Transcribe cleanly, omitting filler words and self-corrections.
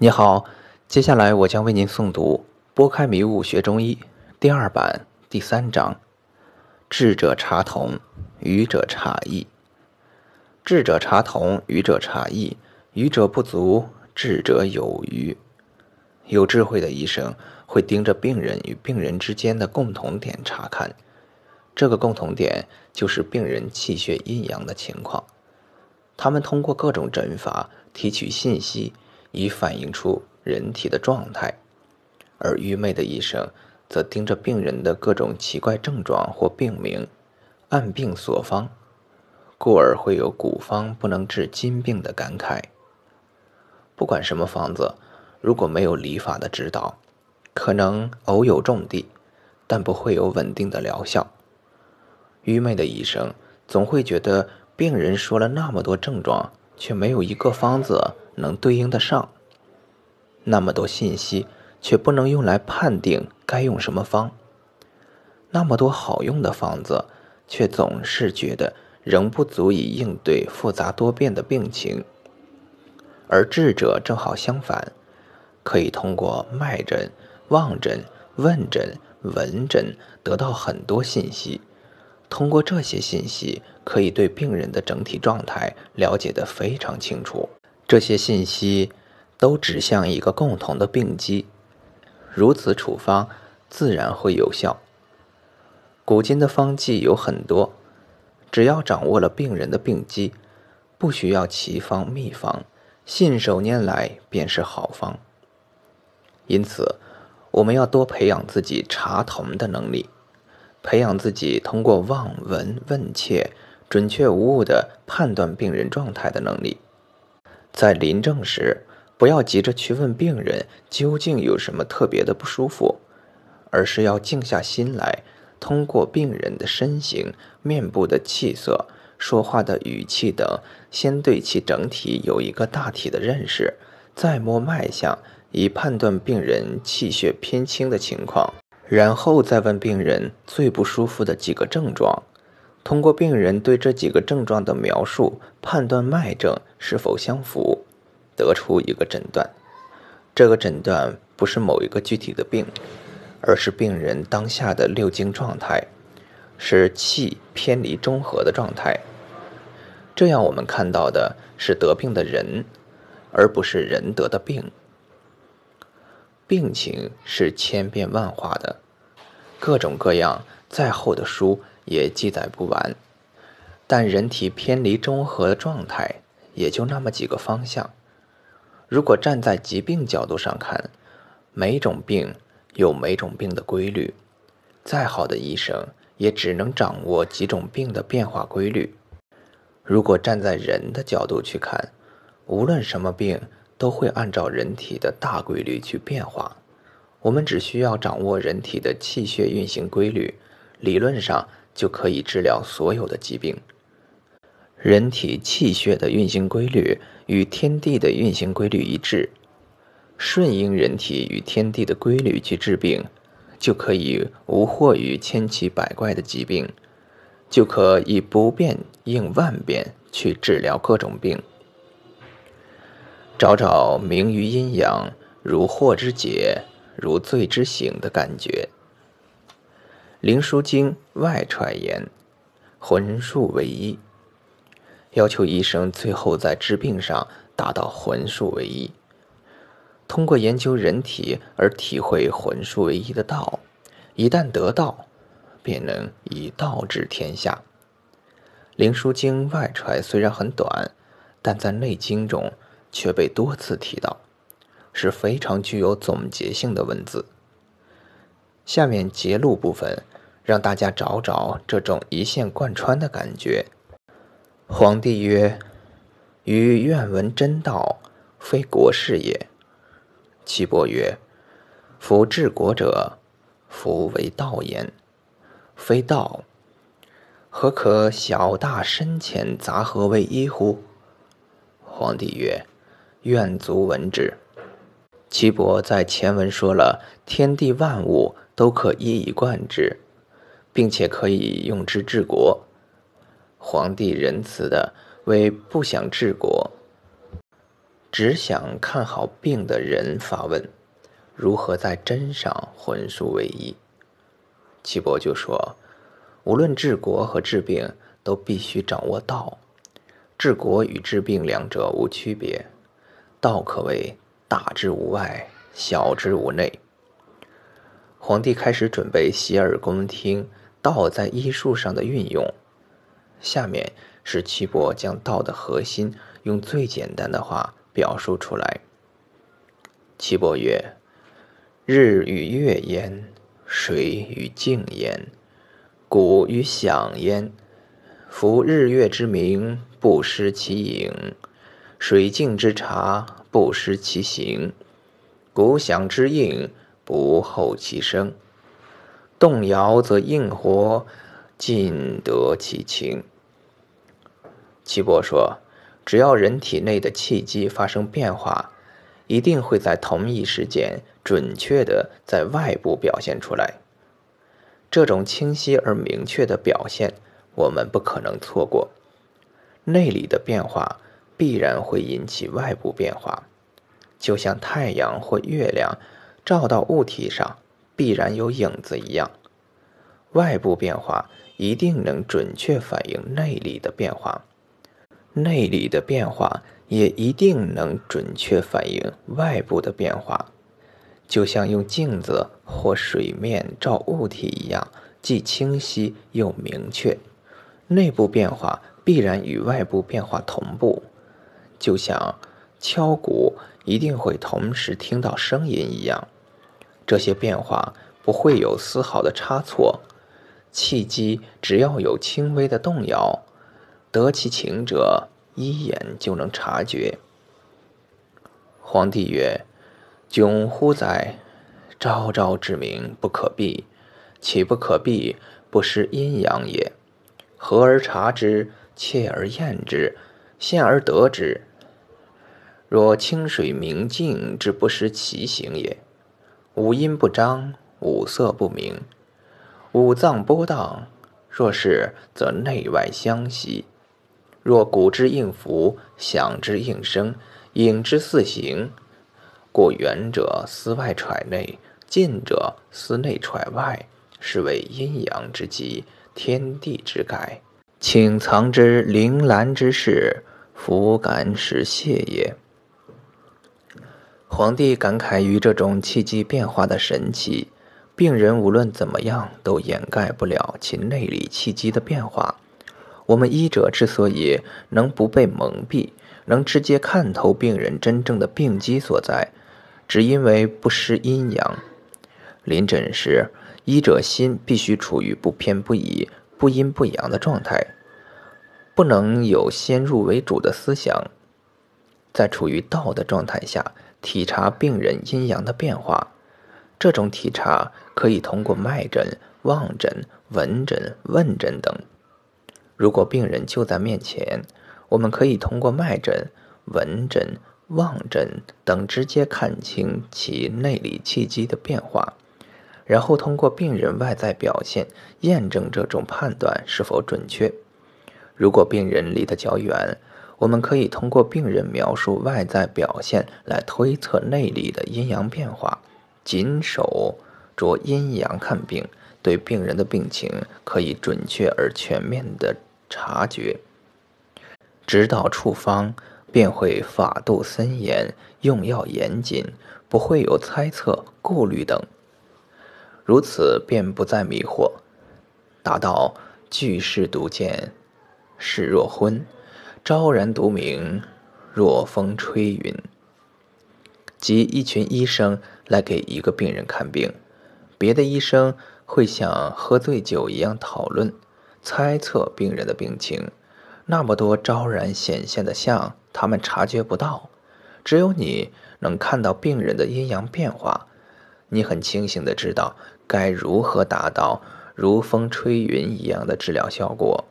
你好，接下来我将为您诵读《拨开迷雾学中医》第2版第3章：智者察同，愚者察异。智者察同，愚者察异。愚者不足，智者有余。有智慧的医生会盯着病人与病人之间的共同点查看，这个共同点就是病人气血阴阳的情况。他们通过各种诊法提取信息，以反映出人体的状态，而愚昧的医生则盯着病人的各种奇怪症状或病名，按病索方，故而会有古方不能治今病的感慨。不管什么方子，如果没有理法的指导，可能偶有中地，但不会有稳定的疗效。愚昧的医生总会觉得病人说了那么多症状，却没有一个方子能对应得上，那么多信息却不能用来判定该用什么方，那么多好用的方子却总是觉得仍不足以应对复杂多变的病情。而智者正好相反，可以通过脉诊、望诊、问诊、闻诊得到很多信息，通过这些信息可以对病人的整体状态了解得非常清楚。这些信息都指向一个共同的病机，如此处方自然会有效。古今的方剂有很多，只要掌握了病人的病机，不需要奇方秘方，信手拈来便是好方。因此，我们要多培养自己察同的能力，培养自己通过望闻问切准确无误地判断病人状态的能力。在临证时，不要急着去问病人究竟有什么特别的不舒服，而是要静下心来，通过病人的身形、面部的气色、说话的语气等，先对其整体有一个大体的认识，再摸脉象，以判断病人气血偏轻的情况，然后再问病人最不舒服的几个症状，通过病人对这几个症状的描述，判断脉症是否相符，得出一个诊断。这个诊断不是某一个具体的病，而是病人当下的六经状态，是气偏离中和的状态。这样我们看到的是得病的人，而不是人得的病。病情是千变万化的，各种各样再厚的书也记载不完，但人体偏离中和的状态也就那么几个方向。如果站在疾病角度上看，每种病有每种病的规律，再好的医生也只能掌握几种病的变化规律。如果站在人的角度去看，无论什么病都会按照人体的大规律去变化，我们只需要掌握人体的气血运行规律，理论上就可以治疗所有的疾病。人体气血的运行规律与天地的运行规律一致，顺应人体与天地的规律去治病，就可以无祸于千奇百怪的疾病，就可以不变应万变去治疗各种病。找找明于阴阳，如惑之解，如醉之醒的感觉。灵枢经外揣言，魂术为一，要求医生最后在治病上达到魂术为一。通过研究人体而体会魂术为一的道，一旦得道，便能以道治天下。灵枢经外揣虽然很短，但在内经中却被多次提到，是非常具有总结性的文字。下面节录部分，让大家找找这种一线贯穿的感觉。皇帝曰：余愿闻真道，非国事也。岐伯曰：夫治国者，夫为道焉，非道，何可小大深浅杂合为一乎？皇帝曰：愿足闻之。岐伯在前文说了天地万物都可一以贯之，并且可以用之治国。皇帝仁慈的为不想治国， 只想看好病的人发问，如何在真上浑数为一？岐伯就说，无论治国和治病，都必须掌握道。治国与治病两者无区别，道可谓大之无外，小之无内。皇帝开始准备洗耳恭听道在医术上的运用。下面是岐伯将道的核心用最简单的话表述出来。岐伯曰：日与月焉，水与静焉，谷与响焉。夫日月之明，不失其影；水静之察，不失其形；谷响之应，不后其声。动摇则应活，尽得其情。岐伯说，只要人体内的气机发生变化，一定会在同一时间准确地在外部表现出来。这种清晰而明确的表现，我们不可能错过。内里的变化必然会引起外部变化，就像太阳或月亮照到物体上必然有影子一样，外部变化一定能准确反映内里的变化，内里的变化也一定能准确反映外部的变化，就像用镜子或水面照物体一样，既清晰又明确。内部变化必然与外部变化同步，就像敲鼓一定会同时听到声音一样，这些变化不会有丝毫的差错。气机只要有轻微的动摇，得其情者，一眼就能察觉。皇帝曰：窘乎哉！昭昭之明不可避，岂不可避，不失阴阳也。和而察之，切而验之，现而得之。若清水明镜之不失其形也。五阴不张，五色不明，五脏波荡，若是则内外相息。若鼓之应符，响之应声，影之四行，故远者思外揣内，近者思内揣外，是为阴阳之极，天地之改。请藏之铃兰之事，弗敢使泄也。皇帝感慨于这种气机变化的神奇，病人无论怎么样都掩盖不了其内里气机的变化。我们医者之所以能不被蒙蔽，能直接看透病人真正的病机所在，只因为不失阴阳。临诊时，医者心必须处于不偏不倚、不阴不阳的状态，不能有先入为主的思想。在处于道的状态下，体察病人阴阳的变化。这种体察可以通过脉诊、望诊、闻诊、问诊等。如果病人就在面前，我们可以通过脉诊、闻诊、望诊等直接看清其内里气机的变化，然后通过病人外在表现验证这种判断是否准确。如果病人离得较远，我们可以通过病人描述外在表现来推测内里的阴阳变化，谨守着阴阳看病，对病人的病情可以准确而全面地察觉。指导处方便会法度森严，用药严谨，不会有猜测、顾虑等。如此便不再迷惑，达到具事独见，视若昏，昭然独明，若风吹云。即一群医生来给一个病人看病，别的医生会像喝醉酒一样讨论、猜测病人的病情，那么多昭然显现的象，他们察觉不到。只有你能看到病人的阴阳变化，你很清醒地知道该如何达到如风吹云一样的治疗效果。